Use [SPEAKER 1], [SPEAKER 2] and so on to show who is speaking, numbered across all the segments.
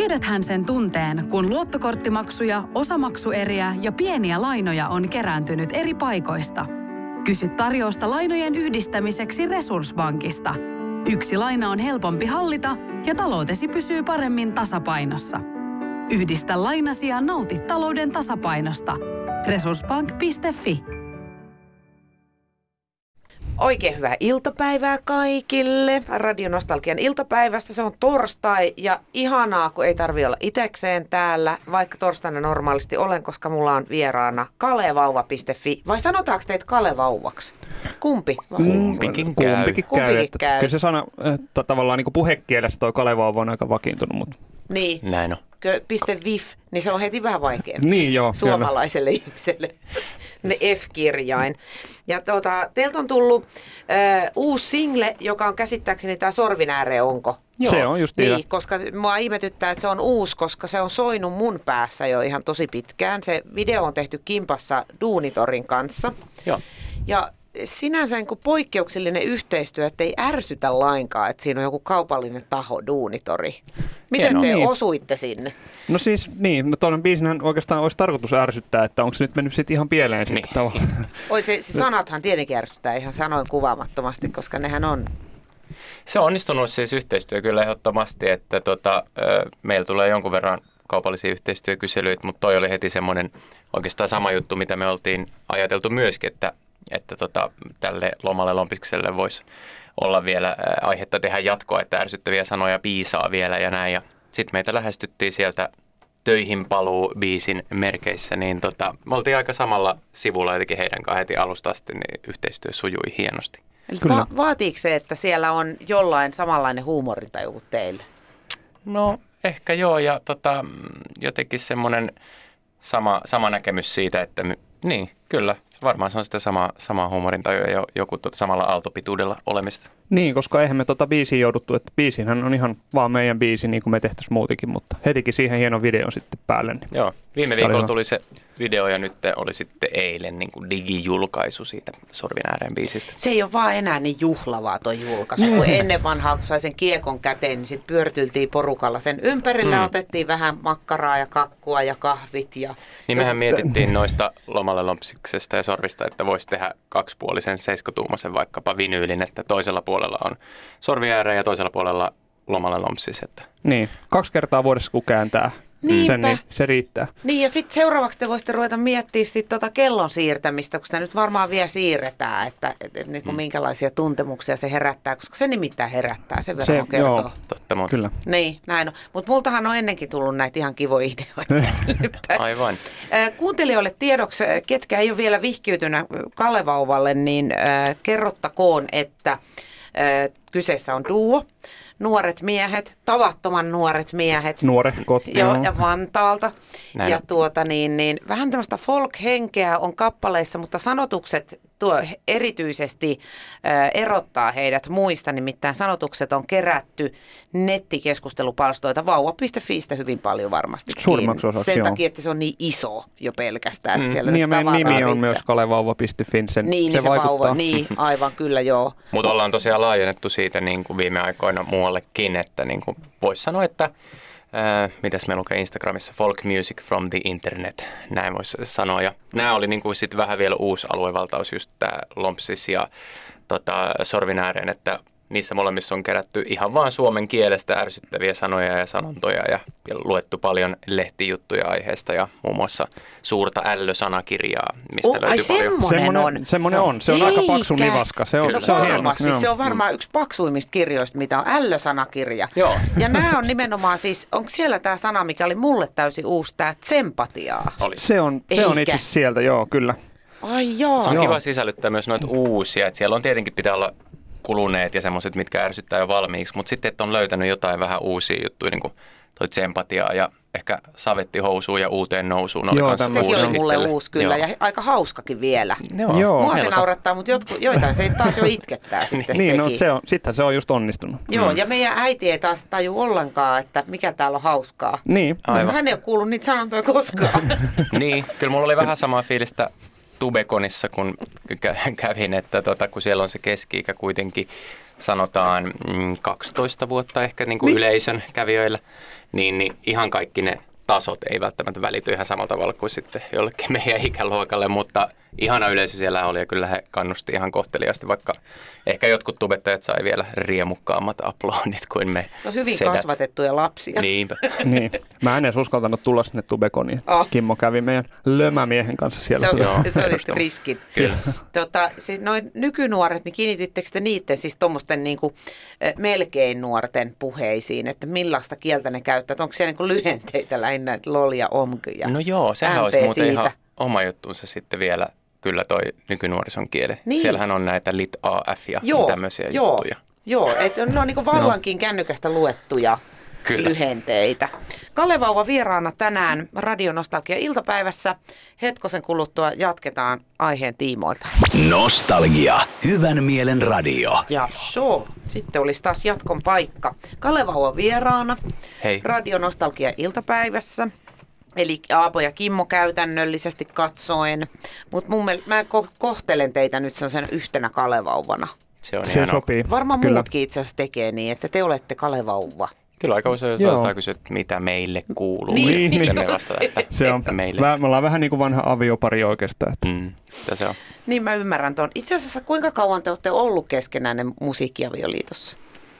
[SPEAKER 1] Tiedäthän sen tunteen, kun luottokorttimaksuja, osamaksueriä ja pieniä lainoja on kerääntynyt eri paikoista. Kysy tarjousta lainojen yhdistämiseksi Resurssbankista. Yksi laina on helpompi hallita ja taloutesi pysyy paremmin tasapainossa. Yhdistä lainasi ja nauti talouden tasapainosta. Resurssbank.fi.
[SPEAKER 2] Oikein hyvää iltapäivää kaikille. Radio Nostalgian iltapäivästä. Se on torstai ja ihanaa, kun ei tarvitse olla itekseen täällä, vaikka torstaina normaalisti olen, koska mulla on vieraana kalevauva.fi. Vai sanotaanko teitä kalevauvaksi? Kumpi?
[SPEAKER 3] Kumpikin käy. Kyllä se sana tavallaan niin kuin puhekielessä toi kalevauva on aika vakiintunut. Mutta.
[SPEAKER 2] Niin.
[SPEAKER 4] Näin on.
[SPEAKER 2] .vif, niin se on heti vähän vaikeampi
[SPEAKER 3] niin joo,
[SPEAKER 2] suomalaiselle kyllä. Ihmiselle, ne F-kirjain. Ja teiltä on tullut uusi single, joka on käsittääkseni tämä Sorvin ääreen, onko?
[SPEAKER 3] Joo. Se on just
[SPEAKER 2] niin, koska mua ihmetyttää, että se on uusi, koska se on soinut mun päässä jo ihan tosi pitkään. Se video on tehty kimpassa Duunitorin kanssa.
[SPEAKER 4] Joo.
[SPEAKER 2] Ja sinänsä niin kuin poikkeuksellinen yhteistyö, että ei ärsytä lainkaan, että siinä on joku kaupallinen taho, Duunitori. Miten te osuitte sinne?
[SPEAKER 3] No siis niin, toinen biisinhän oikeastaan olisi tarkoitus ärsyttää, että onko se nyt mennyt sitten ihan pieleen sitten tavallaan.
[SPEAKER 2] Se sanathan tietenkin ärsyttää ihan sanoin kuvaamattomasti, koska nehän on.
[SPEAKER 4] Se on onnistunut siis yhteistyö kyllä ehdottomasti, että meillä tulee jonkun verran kaupallisia yhteistyökyselyitä, mutta toi oli heti semmoinen oikeastaan sama juttu, mitä me oltiin ajateltu myöskin, että tälle lomalle lompikselle voisi olla vielä aihetta tehdä jatkoa, että ärsyttäviä sanoja piisaa vielä ja näin. Ja sitten meitä lähestyttiin sieltä töihin paluu biisin merkeissä, niin me oltiin aika samalla sivulla jotenkin heidän kanssa heti alusta asti, niin yhteistyö sujui hienosti.
[SPEAKER 2] Eli vaatiiko se, että siellä on jollain samanlainen huumorintaju kuin teille?
[SPEAKER 4] No ehkä joo, ja jotenkin semmoinen sama näkemys siitä, että niin, kyllä. Varmaan se on sitä samaa huumorintajua ja joku samalla aaltopituudella olemista.
[SPEAKER 3] Niin, koska eihän me biisiä jouduttu, että biisinhän on ihan vaan meidän biisi, niin kuin me tehtäisiin muutenkin, mutta hetikin siihen hieno video sitten päälle. Niin.
[SPEAKER 4] Joo, viime viikolla tuli se video ja nyt oli sitten eilen niin kuin digijulkaisu siitä Sorvin ääreen biisistä.
[SPEAKER 2] Se ei ole vaan enää niin juhlavaa tuo julkaisu, kun ennen vanhaa, kun sai sen kiekon käteen, niin sitten pyörtyltiin porukalla sen ympärillä, otettiin vähän makkaraa ja kakkua ja kahvit.
[SPEAKER 4] Niin mehän mietittiin noista lomalle lompsiksesta ja Sorvista, että voisi tehdä kaksipuolisen 7-tuumaisen vaikkapa vinyylin, että toisella puolella on Sorvin ääreen ja toisella puolella lomalle lompsis. Että.
[SPEAKER 3] Niin, 2 kertaa vuodessa kun kääntää. Sen, niin se riittää.
[SPEAKER 2] Niin ja sitten seuraavaksi te voisitte ruveta miettimään kellon siirtämistä, kun sitä nyt varmaan vielä siirretään, että niin kuin minkälaisia tuntemuksia se herättää, koska se nimittäin herättää, sen verran on kertoo.
[SPEAKER 3] Joo, totta muuta. Kyllä.
[SPEAKER 2] Niin, näin on. Mutta multahan on ennenkin tullut näitä ihan kivoja ideoita.
[SPEAKER 4] Aivan.
[SPEAKER 2] Kuuntelijoille tiedoksi, ketkä ei ole vielä vihkiytynyt Kalevauvalle, niin kerrottakoon, että kyseessä on duo. Nuoret miehet, tavattoman nuoret miehet.
[SPEAKER 3] Nuorekot.
[SPEAKER 2] Joo, ja Vantaalta.
[SPEAKER 4] Näin.
[SPEAKER 2] Ja vähän tämmöistä folk-henkeä on kappaleissa, mutta sanotukset erityisesti erottaa heidät muista. Nimittäin sanotukset on kerätty nettikeskustelupalstoita vauva.fiistä hyvin paljon varmasti.
[SPEAKER 3] Suurimmaksi osaksi,
[SPEAKER 2] sen takia, että se on niin iso jo pelkästään. Että siellä
[SPEAKER 3] niin ja meidän nimi on myös kalevauva.fi.
[SPEAKER 2] Niin, se vaikuttaa. Niin, aivan kyllä joo.
[SPEAKER 4] Mutta ollaan tosiaan laajennettu siitä niin kuin viime aikoina muuallekin, että niin kuin voisi sanoa, että mitäs me lukee Instagramissa, folk music from the internet, näin voisi sanoa. Ja nämä oli niin kuin sitten vähän vielä uusi aluevaltaus, just tämä Lompsis ja Sorvin ääreen, että niissä molemmissa on kerätty ihan vaan suomen kielestä ärsyttäviä sanoja ja sanontoja ja luettu paljon lehtijuttuja aiheesta ja muun muassa suurta ällösanakirjaa, mistä löytyy paljon.
[SPEAKER 3] Semmoinen on. Se on aika paksu nivaska. Se on
[SPEAKER 2] hieno. Se on varmaan yksi paksuimmista kirjoista, mitä on ällösanakirja.
[SPEAKER 4] Joo.
[SPEAKER 2] Ja nämä on nimenomaan siis, onko siellä tämä sana, mikä oli mulle täysin uusi, tämä tsempatiaa?
[SPEAKER 3] Se on itse sieltä, joo, kyllä.
[SPEAKER 2] Ai joo.
[SPEAKER 4] Se on kiva sisällyttää myös noita uusia, että siellä on tietenkin pitää olla kuluneet ja semmoiset, mitkä ärsyttää jo valmiiksi, mutta sitten, että on löytänyt jotain vähän uusia juttuja, niin kuin toi tsempatiaa ja ehkä savettihousuun ja uuteen nousuun.
[SPEAKER 2] Sekin oli mulle uusi kyllä ja aika hauskakin vielä.
[SPEAKER 3] Joo.
[SPEAKER 2] Mua se naurattaa, mutta joitain se taas jo itkettää sitten
[SPEAKER 3] niin,
[SPEAKER 2] sekin.
[SPEAKER 3] No, sittenhän se on just onnistunut.
[SPEAKER 2] Joo, ja meidän äiti ei taas taju ollenkaan, että mikä täällä on hauskaa.
[SPEAKER 3] Niin.
[SPEAKER 2] Koska hän ei ole kuullut niitä sanontoja koskaan.
[SPEAKER 4] Niin, kyllä mulla oli vähän samaa fiilistä Tubekonissa, kun kävin, että kun siellä on se keski-ikä kuitenkin sanotaan 12 vuotta ehkä niin kuin yleisön kävijöillä, niin ihan kaikki ne tasot ei välttämättä välity ihan samalla tavalla kuin sitten jollekin meidän ikäluokalle, mutta ihana yleisö siellä oli ja kyllä he kannusti ihan kohteliaasti, vaikka ehkä jotkut tubettajat sai vielä riemukkaammat aplodit kuin me.
[SPEAKER 2] No hyvin
[SPEAKER 4] sedät.
[SPEAKER 2] kasvatettuja lapsia.
[SPEAKER 4] Niinpä.
[SPEAKER 3] Niin. Mä en edes uskaltanut tulla sinne Tubekoniin. Kimmo kävi meidän lömämiehen kanssa siellä.
[SPEAKER 2] Se oli riskin.
[SPEAKER 4] Kyllä.
[SPEAKER 2] Siis noin nykynuoret, niin kiinnitittekö te niiden siis tuommoisten niinku, melkein nuorten puheisiin, että millaista kieltä ne käyttävät? Onko siellä niinku lyhenteitä lähinnä LOL ja OMG ja
[SPEAKER 4] No joo, sehän olisi muuten
[SPEAKER 2] siitä.
[SPEAKER 4] ihan oma juttuunsa sitten vielä kyllä toi nykynuorison kieli.
[SPEAKER 2] Niin.
[SPEAKER 4] Siellähän on näitä lit AF ja tämmöisiä juttuja.
[SPEAKER 2] Joo, että ne on niinku vallankin kännykästä luettuja
[SPEAKER 4] Kyllä.
[SPEAKER 2] lyhenteitä. Kalle Vauva vieraana tänään Radionostalgia iltapäivässä. Hetkosen kuluttua jatketaan aiheen tiimoilta.
[SPEAKER 5] Nostalgia. Hyvän mielen radio.
[SPEAKER 2] Ja sitten olisi taas jatkon paikka. Kalle Vauva vieraana
[SPEAKER 4] Hei.
[SPEAKER 2] Radionostalgia iltapäivässä. Eli Aapo ja Kimmo käytännöllisesti katsoen. Mutta mä kohtelen teitä nyt sellaisen yhtenä Kalevauvana.
[SPEAKER 4] Se on
[SPEAKER 3] Se
[SPEAKER 4] ihan
[SPEAKER 3] sopii.
[SPEAKER 2] Varmaan
[SPEAKER 3] Kyllä.
[SPEAKER 2] muutkin itse asiassa tekee niin, että te olette Kalevauva.
[SPEAKER 4] Kyllä aika usein kysyä, että mitä meille kuuluu.
[SPEAKER 2] Niin,
[SPEAKER 4] Sitten me
[SPEAKER 2] just.
[SPEAKER 4] vastata, että
[SPEAKER 3] Se on.
[SPEAKER 4] meille.
[SPEAKER 3] Me ollaan vähän niin kuin vanha aviopari oikeastaan. Että.
[SPEAKER 4] Mitä se on?
[SPEAKER 2] Niin mä ymmärrän tuon. Itse asiassa kuinka kauan te olette ollut keskenään musiikkiavioliitossa?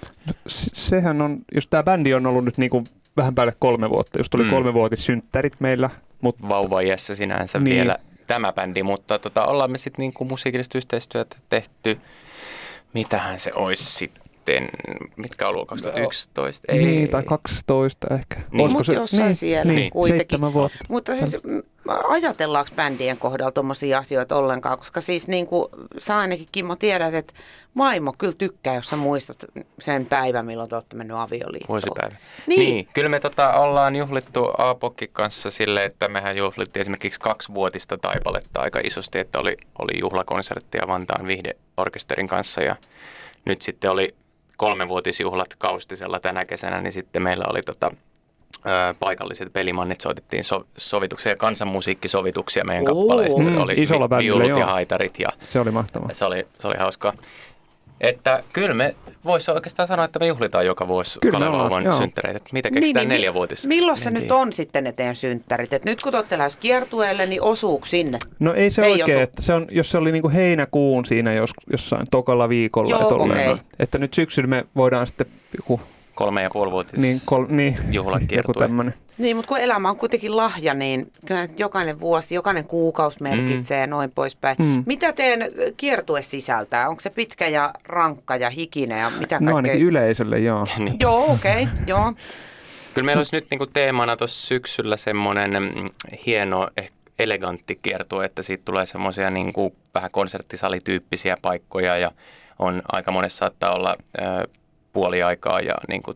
[SPEAKER 3] Sehän on, jos tämä bändi on ollut nyt niin kuin vähän päälle 3 vuotta, just tuli 3-vuotissynttärit meillä.
[SPEAKER 4] Vauva-iässä sinänsä
[SPEAKER 3] Niin.
[SPEAKER 4] vielä tämä bändi, mutta ollaan me sitten niinku musiikillista yhteistyötä tehty. Mitähän se olisi sitten, mitkä on ollut 2011?
[SPEAKER 3] Niin, tai 12 ehkä.
[SPEAKER 4] Niin.
[SPEAKER 3] Olisiko
[SPEAKER 2] Mutta jossain siellä
[SPEAKER 3] niin,
[SPEAKER 2] kuitenkin.
[SPEAKER 3] 7 vuotta.
[SPEAKER 2] Mutta siis ajatellaanko bändien kohdalla tuommoisia asioita ollenkaan? Koska siis niin kuin sä ainakin Kimmo tiedät, että vaimo kyllä tykkää, jos sä muistat sen päivän, milloin te olette mennyt avioliittoon.
[SPEAKER 4] Vuosipäivä.
[SPEAKER 2] Niin.
[SPEAKER 4] Kyllä me ollaan juhlittu Aapokkin kanssa silleen, että mehän juhlittiin esimerkiksi 2-vuotista taipaletta aika isosti, että oli juhlakonserttia Vantaan Vihdeorkesterin kanssa ja nyt sitten oli 3-vuotisjuhlat Kaustisella tänä kesänä, niin sitten meillä oli paikalliset pelimannit, soitettiin sovituksia ja kansanmusiikkisovituksia meidän kappaleista. Oli
[SPEAKER 3] isolla bändillä,
[SPEAKER 4] viulut
[SPEAKER 3] joo.
[SPEAKER 4] ja haitarit ja
[SPEAKER 3] Se oli mahtavaa.
[SPEAKER 4] se oli hauskaa. Että kyllä me voisi oikeastaan sanoa, että me juhlitaan joka vuosi
[SPEAKER 3] Kyllä me
[SPEAKER 4] Kalevauvan
[SPEAKER 3] ollaan, joo.
[SPEAKER 4] synttäreitä. Mitä keksitään 4-vuotisessa?
[SPEAKER 2] Milloin se nyt on sitten ne teidän synttärit? Et nyt kun te olette lähes kiertueelle, niin osuuko sinne?
[SPEAKER 3] No ei se
[SPEAKER 2] Ei
[SPEAKER 3] oikein,
[SPEAKER 2] osu.
[SPEAKER 3] että se on, jos se oli niinku heinäkuun siinä jossain tokalla viikolla.
[SPEAKER 2] Joo,
[SPEAKER 3] että,
[SPEAKER 2] okei.
[SPEAKER 3] että nyt syksyllä me voidaan sitten joku
[SPEAKER 4] 3,5-vuotisessa
[SPEAKER 3] niin, joku
[SPEAKER 4] juhlakiertue.
[SPEAKER 3] tämmöinen.
[SPEAKER 2] Niin, mutta kun elämä on kuitenkin lahja, niin kyllä jokainen vuosi, jokainen kuukausi merkitsee ja noin poispäin. Mitä teidän kiertue sisältää? Onko se pitkä ja rankka ja hikinen ja mitä
[SPEAKER 3] No
[SPEAKER 2] kaikkea?
[SPEAKER 3] ainakin yleisölle, joo.
[SPEAKER 2] Joo, okei, joo.
[SPEAKER 4] Kyllä meillä olisi nyt niinku teemana tuossa syksyllä semmoinen hieno, elegantti kiertue, että siitä tulee semmoisia niinku vähän konserttisalityyppisiä paikkoja ja on aika monessa saattaa olla puoliaikaa ja niinku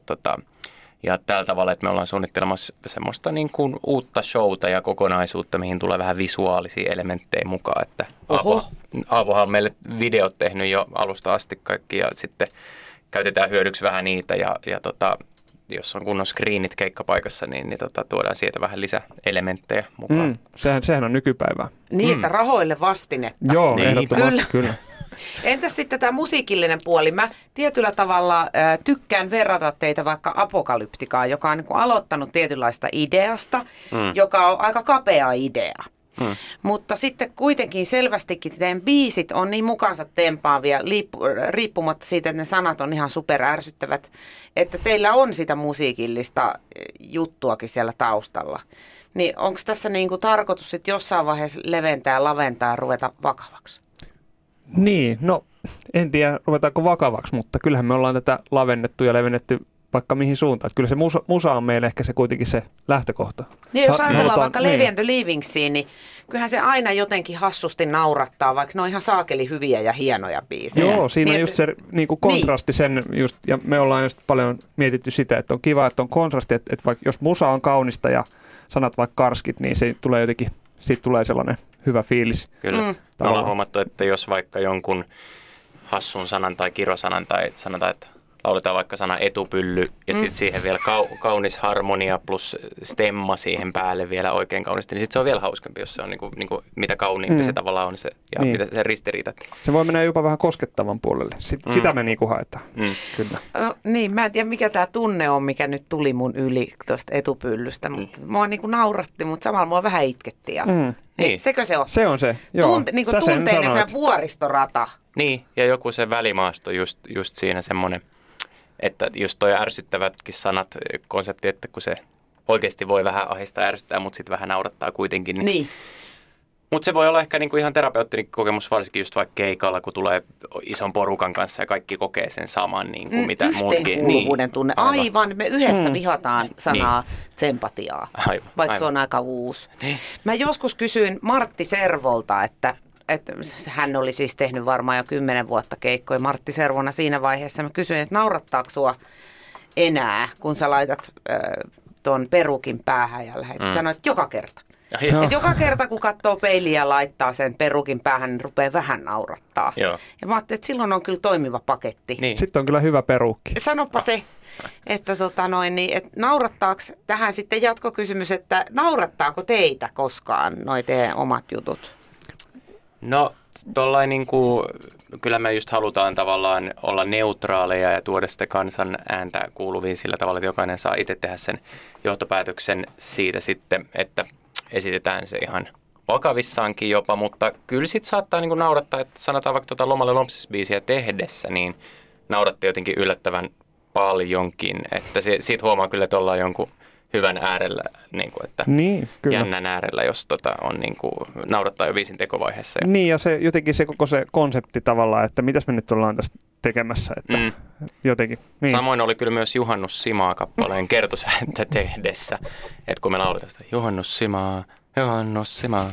[SPEAKER 4] ja tällä tavalla, että me ollaan suunnittelemassa semmoista niin kuin uutta showta ja kokonaisuutta, mihin tulee vähän visuaalisia elementtejä mukaan. Että Aapohan on meille videot tehnyt jo alusta asti kaikki ja sitten käytetään hyödyksi vähän niitä ja jos on kunnon screenit keikkapaikassa, niin tuodaan sieltä vähän lisäelementtejä mukaan.
[SPEAKER 3] Sehän on nykypäivää.
[SPEAKER 2] Niin, että rahoille vastinetta.
[SPEAKER 3] Joo,
[SPEAKER 4] Niin.
[SPEAKER 3] ehdottomasti kyllä.
[SPEAKER 2] Entäs sitten tämä musiikillinen puoli? Mä tietyllä tavalla tykkään verrata teitä vaikka Apokalyptikaan, joka on niin kuin aloittanut tietynlaista ideasta, joka on aika kapea idea. Mutta sitten kuitenkin selvästikin teidän biisit on niin mukaansa tempaavia, riippumatta siitä, että ne sanat on ihan super ärsyttävät, että teillä on sitä musiikillista juttuakin siellä taustalla. Niin onko tässä niin kuin tarkoitus sitten jossain vaiheessa leventää, laventaa ja ruveta vakavaksi?
[SPEAKER 3] Niin, no en tiedä ruvetaanko vakavaksi, mutta kyllähän me ollaan tätä lavennettu ja levennetty vaikka mihin suuntaan. Että kyllä se musa on meille ehkä se kuitenkin se lähtökohta.
[SPEAKER 2] Niin, jos ajatellaan
[SPEAKER 3] halutaan-
[SPEAKER 2] vaikka Levi and the Leavingsiin, niin kyllähän se aina jotenkin hassusti naurattaa, vaikka ne on ihan saakeli hyviä ja hienoja biisejä.
[SPEAKER 3] Joo, siinä on
[SPEAKER 2] Niin,
[SPEAKER 3] just se niinku kontrasti sen, just, ja me ollaan just paljon mietitty sitä, että on kiva, että on kontrasti, että vaikka jos musa on kaunista ja sanat vaikka karskit, niin se tulee jotenkin, siitä tulee sellainen hyvä fiilis.
[SPEAKER 4] Kyllä. Me ollaan huomattu, että jos vaikka jonkun hassun sanan tai kirosanan tai sanotaan, että lauletaan vaikka sana etupylly ja sitten siihen vielä kaunis harmonia plus stemma siihen päälle vielä oikein kaunisti, niin sitten se on vielä hauskempi, jos se on niinku mitä kauniimpi se tavallaan on se ja mitä se ristiriita.
[SPEAKER 3] Se voi mennä jopa vähän koskettavan puolelle. Sitä me niinku haetaan. Kyllä.
[SPEAKER 2] No, niin, mä en tiedä mikä tämä tunne on, mikä nyt tuli mun yli tuosta etupyllystä, mutta mua niinku nauratti, mutta samalla mua vähän itketti. Ja, niin. Sekö se on?
[SPEAKER 3] Se on se, joo.
[SPEAKER 2] Niinku tunteinen se vuoristorata.
[SPEAKER 4] Niin, ja joku se välimaasto just siinä semmoinen, että just toi ärsyttävätkin sanat, konsepti, että kun se oikeasti voi vähän ahdistaa ärsyttää, mutta sitten vähän naurattaa kuitenkin.
[SPEAKER 2] Niin.
[SPEAKER 4] Mutta se voi olla ehkä niinku ihan terapeuttinen kokemus, varsinkin just vaikka keikalla, kun tulee ison porukan kanssa ja kaikki kokee sen saman, niin kuin mitä muutkin.
[SPEAKER 2] Yhteenkuuluvuuden tunne. Aivan, me yhdessä vihataan sanaa tsempatiaa, vaikka se on aika uusi. Niin. Mä joskus kysyin Martti Servolta, että hän oli siis tehnyt varmaan jo 10 vuotta keikkoja Martti Servona siinä vaiheessa. Mä kysyin, että naurattaako sua enää, kun sä laitat ton perukin päähän ja lähdet. Sanoit, että joka kerta. Et joka kerta, kun katsoo peiliä ja laittaa sen perukin päähän, niin rupeaa vähän naurattaa.
[SPEAKER 4] Joo.
[SPEAKER 2] Ja mä ajattelin, että silloin on kyllä toimiva paketti.
[SPEAKER 3] Niin. Sitten on kyllä hyvä perukki.
[SPEAKER 2] Sanopa se, että että naurattaako, tähän sitten jatkokysymys, että naurattaako teitä koskaan noi teidän omat jutut?
[SPEAKER 4] No, tollain niinku, kyllä me just halutaan tavallaan olla neutraaleja ja tuoda sitä kansan ääntä kuuluviin sillä tavalla, että jokainen saa itse tehdä sen johtopäätöksen siitä sitten, että esitetään se ihan vakavissaankin jopa, mutta kyllä sit saattaa niinku naurattaa, että sanotaan vaikka Lomalle Lompsis-biisiä tehdessä, niin nauratti jotenkin yllättävän paljonkin, että siitä huomaa kyllä, että ollaan jonkun hyvän äärellä, niin kuin, että jännän äärellä, jos on niin kuin, naurattaa jo biisin tekovaiheessa.
[SPEAKER 3] Niin, ja se jotenkin se koko se konsepti tavallaan, että mitäs me nyt ollaan tästä tekemässä, että jotenkin. Niin.
[SPEAKER 4] Samoin oli kyllä myös Juhannus Simaa-kappaleen kertosääntä tehdessä, että kun me lauletaan sitä Juhannus Simaa, Juhannus Simaa,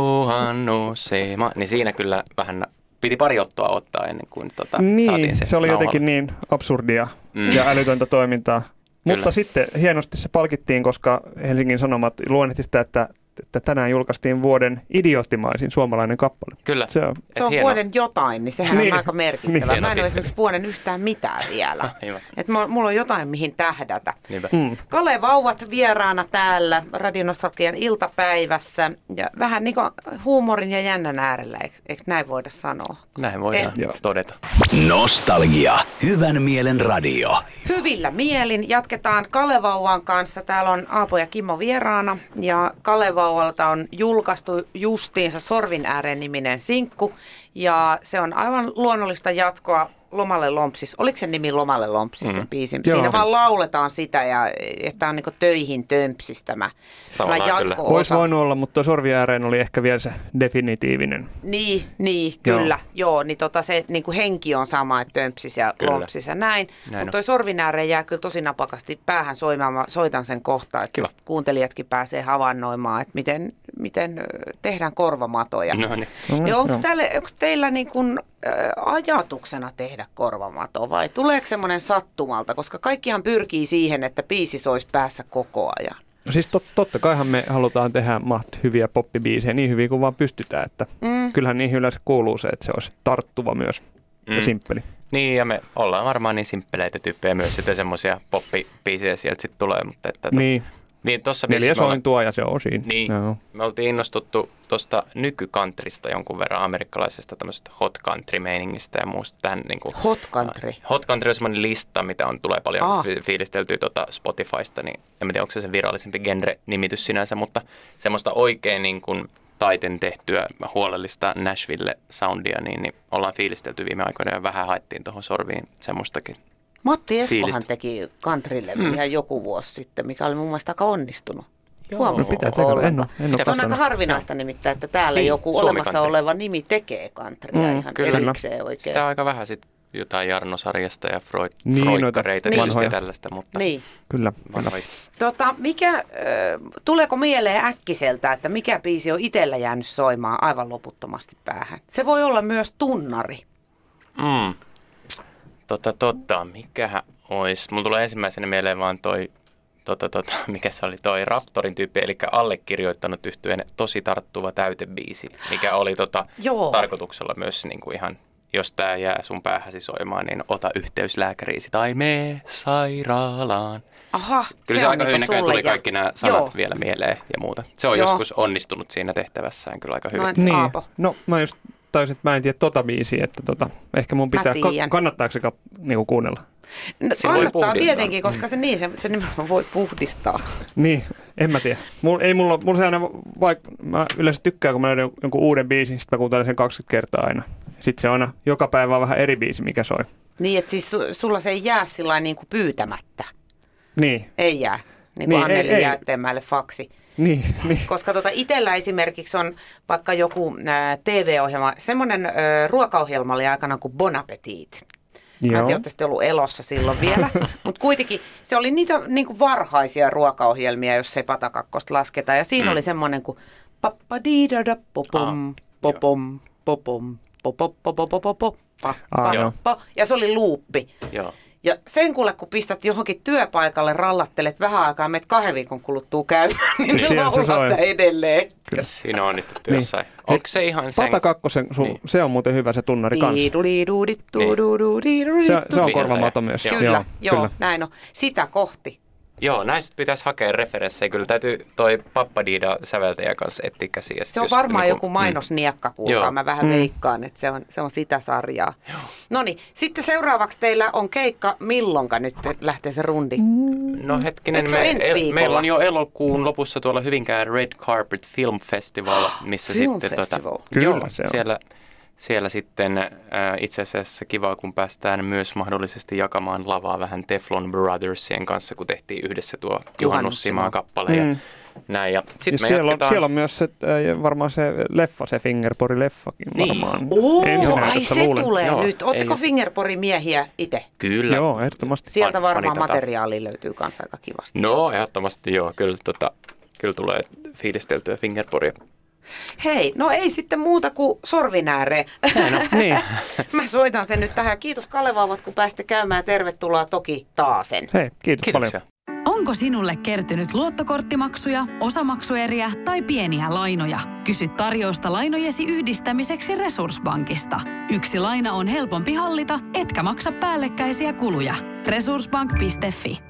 [SPEAKER 4] Juhannus Simaa, niin siinä kyllä vähän piti pari ottoa ottaa ennen kuin saatiin se
[SPEAKER 3] oli
[SPEAKER 4] nauhalle.
[SPEAKER 3] Jotenkin niin absurdia ja älytöntä toimintaa. Kyllä. Mutta sitten hienosti se palkittiin, koska Helsingin Sanomat luonnehti sitä, että tänään julkaistiin vuoden idioottimaisin suomalainen kappale.
[SPEAKER 4] Kyllä.
[SPEAKER 2] Se on vuoden jotain, niin sehän on aika merkittävää. Mä en ole esimerkiksi vuoden yhtään mitään vielä. Että mulla on jotain, mihin tähdätä. Kale Vauvat vieraana täällä Radionostalgian iltapäivässä. Ja vähän niin kuin huumorin ja jännän äärellä, eikö näin voida sanoa?
[SPEAKER 4] Näin voidaan todeta.
[SPEAKER 5] Nostalgia. Hyvän mielen radio.
[SPEAKER 2] Hyvillä mielin. Jatketaan Kalevauvan kanssa. Täällä on Aapo ja Kimmo vieraana. Ja Kalevauvalta on julkaistu justiinsa Sorvin ääreen niminen sinkku. Ja se on aivan luonnollista jatkoa Lomalle Lompsis. Oliko se nimi Lomalle Lompsis se biisi? Siinä vaan lauletaan sitä ja että on niinku töihin tömpsis tämä jatko-osa.
[SPEAKER 3] Voisi voinut olla, mutta tuo Sorvin ääreen oli ehkä vielä se definitiivinen.
[SPEAKER 2] Niin kyllä. Joo, niin se niinku henki on sama, että tömpsis ja lompsis ja näin. Mutta tuo Sorvin ääreen jää kyllä tosi napakasti päähän soimaan. Mä soitan sen kohta, että kuuntelijatkin pääsee havainnoimaan, että miten tehdään korvamatoja. Niin onko teillä niin kuin ajatuksena tehdä korvamato vai tuleeko semmoinen sattumalta, koska kaikkihan pyrkii siihen, että biisi soisi päässä koko ajan?
[SPEAKER 3] No siis totta kaihan me halutaan tehdä hyviä poppibiisejä niin hyvin kuin vaan pystytään, että kyllähän niihin yleensä kuuluu se, että se olisi tarttuva myös ja simppeli.
[SPEAKER 4] Niin ja me ollaan varmaan niin simppeleitä tyyppejä myös, että semmoisia poppibiisejä sieltä sitten tulee, mutta että niin,
[SPEAKER 3] 4 sointua ja se on siinä.
[SPEAKER 4] Niin, me oltiin innostuttu tuosta nykykantrista jonkun verran, amerikkalaisesta tämmöisestä hot country-meiningistä ja muusta. Tähän, niin kuin,
[SPEAKER 2] hot country?
[SPEAKER 4] Hot country on semmoinen lista, mitä tulee paljon fiilisteltyä Spotifysta, niin en tiedä, onko se virallisempi genre-nimitys sinänsä, mutta semmoista oikein niin kuin taiten tehtyä huolellista Nashville-soundia, niin ollaan fiilistelty viime aikoina ja vähän haettiin tuohon Sorviin semmoistakin.
[SPEAKER 2] Matti Eskohan teki countrylle ihan joku vuosi sitten, mikä oli mun mielestä aika onnistunut. Se on aika harvinaista nimittäin, että täällä joku olemassa oleva nimi tekee countrya ihan erikseen oikein.
[SPEAKER 4] Sitä on aika vähän sitten jotain Jarno-sarjasta ja Freudkareita ja tällaista, mutta
[SPEAKER 3] kyllä.
[SPEAKER 2] Tuleeko mieleen äkkiseltä, että mikä biisi on itsellä jäänyt soimaan aivan loputtomasti päähän? Se voi olla myös tunnari.
[SPEAKER 4] Mikähän olisi? Mulla tulee ensimmäisenä mieleen vaan mikä se oli toi Raptorin tyyppi, eli allekirjoittanut yhtyeen tosi tarttuva täytebiisi, mikä oli tarkoituksella myös niinku ihan jos tämä jää sun päähäsi soimaan, niin ota yhteys lääkäriisi tai mene sairaalaan.
[SPEAKER 2] Aha,
[SPEAKER 4] Kyllä se aika hyvin näköjään tuli
[SPEAKER 2] ja...
[SPEAKER 4] kaikki nämä sanat vielä mieleen ja muuta. Se on joskus onnistunut siinä tehtävässään kyllä aika hyvin.
[SPEAKER 2] Niin.
[SPEAKER 3] No mä just taisin, että mä en tiedä biisiä, että ehkä mun pitää, kannattaako se niinku kuunnella?
[SPEAKER 2] No, kannattaa tietenkin, koska se nimenomaan voi puhdistaa.
[SPEAKER 3] Niin, en mä tiedä. Mulla se aina, mä yleensä tykkään, kun mä löydän jonkun uuden biisin, sitten mä kuuntelen sen 20 kertaa aina. Sitten se on aina joka päivä on vähän eri biisi, mikä soi.
[SPEAKER 2] Niin, että siis sulla se ei jää sillain niin kuin pyytämättä.
[SPEAKER 3] Niin.
[SPEAKER 2] Ei jää, niin kuin Anneli Jäätteenmäelle faksi.
[SPEAKER 3] Niin.
[SPEAKER 2] Koska itsellä esimerkiksi on vaikka joku TV-ohjelma, semmoinen ruokaohjelma oli aikanaan kuin Bon Appetit. Mä en tiedä, että ollut elossa silloin vielä, mutta kuitenkin se oli niitä niin kuin varhaisia ruokaohjelmia, jos ei Patakakkosta lasketa. Ja siinä oli semmoinen kuin pappadidadapopom, popom, popom, popopopopopopop, ja se oli luuppi.
[SPEAKER 4] Joo.
[SPEAKER 2] Ja sen kuule, kun pistät johonkin työpaikalle, rallattelet vähän aikaa, meet 2 viikon kuluttua käymään, niin ne laulaa sitä edelleen.
[SPEAKER 4] Kyllä. Siinä on onnistuttu jossain. Onko se ihan sen...
[SPEAKER 3] Patakakkosen, se on muuten hyvä se tunnari kanssa. Se on korvamaton myös.
[SPEAKER 2] Joo, näin on. Sitä kohti.
[SPEAKER 4] Joo, näistä pitäisi hakea referenssejä. Kyllä täytyy toi Pappadida säveltäjä kanssa etsiä käsiä.
[SPEAKER 2] Se on varmaan niin joku mainosniekka, kuulkaa. Mä vähän veikkaan, että se on sitä sarjaa. Noniin, sitten seuraavaksi teillä on keikka. Milloinka nyt lähtee se rundi?
[SPEAKER 4] No hetkinen, meillä on jo elokuun lopussa tuolla Hyvinkään Red Carpet Film Festival, missä sitten...
[SPEAKER 3] Kyllä se on.
[SPEAKER 4] Siellä sitten itse asiassa kiva, kun päästään myös mahdollisesti jakamaan lavaa vähän Teflon Brothersien kanssa, kun tehtiin yhdessä tuo Juhannussimaa kappale ja näin. Ja sit me
[SPEAKER 3] siellä on myös se, varmaan se leffa, se Fingerpori-leffakin varmaan.
[SPEAKER 2] Ai se tulee nyt. Ootteko Fingerpori-miehiä itse?
[SPEAKER 4] Kyllä.
[SPEAKER 3] Joo, ehdottomasti.
[SPEAKER 2] Sieltä varmaan materiaalia löytyy kanssa aika kivasti.
[SPEAKER 4] No, ehdottomasti joo. Kyllä tulee fiilisteltyä Fingerporia.
[SPEAKER 2] Hei, no ei sitten muuta kuin sorvin ääreen.
[SPEAKER 3] Niin.
[SPEAKER 2] Mä soitan sen nyt tähän. Kiitos Kalevaavat, kun pääsitte käymään. Tervetuloa toki taasen.
[SPEAKER 3] Hei, kiitos paljon.
[SPEAKER 1] Onko sinulle kertynyt luottokorttimaksuja, osamaksueriä tai pieniä lainoja? Kysy tarjousta lainojesi yhdistämiseksi Resurssbankista. Yksi laina on helpompi hallita, etkä maksa päällekkäisiä kuluja. Resurssbank.fi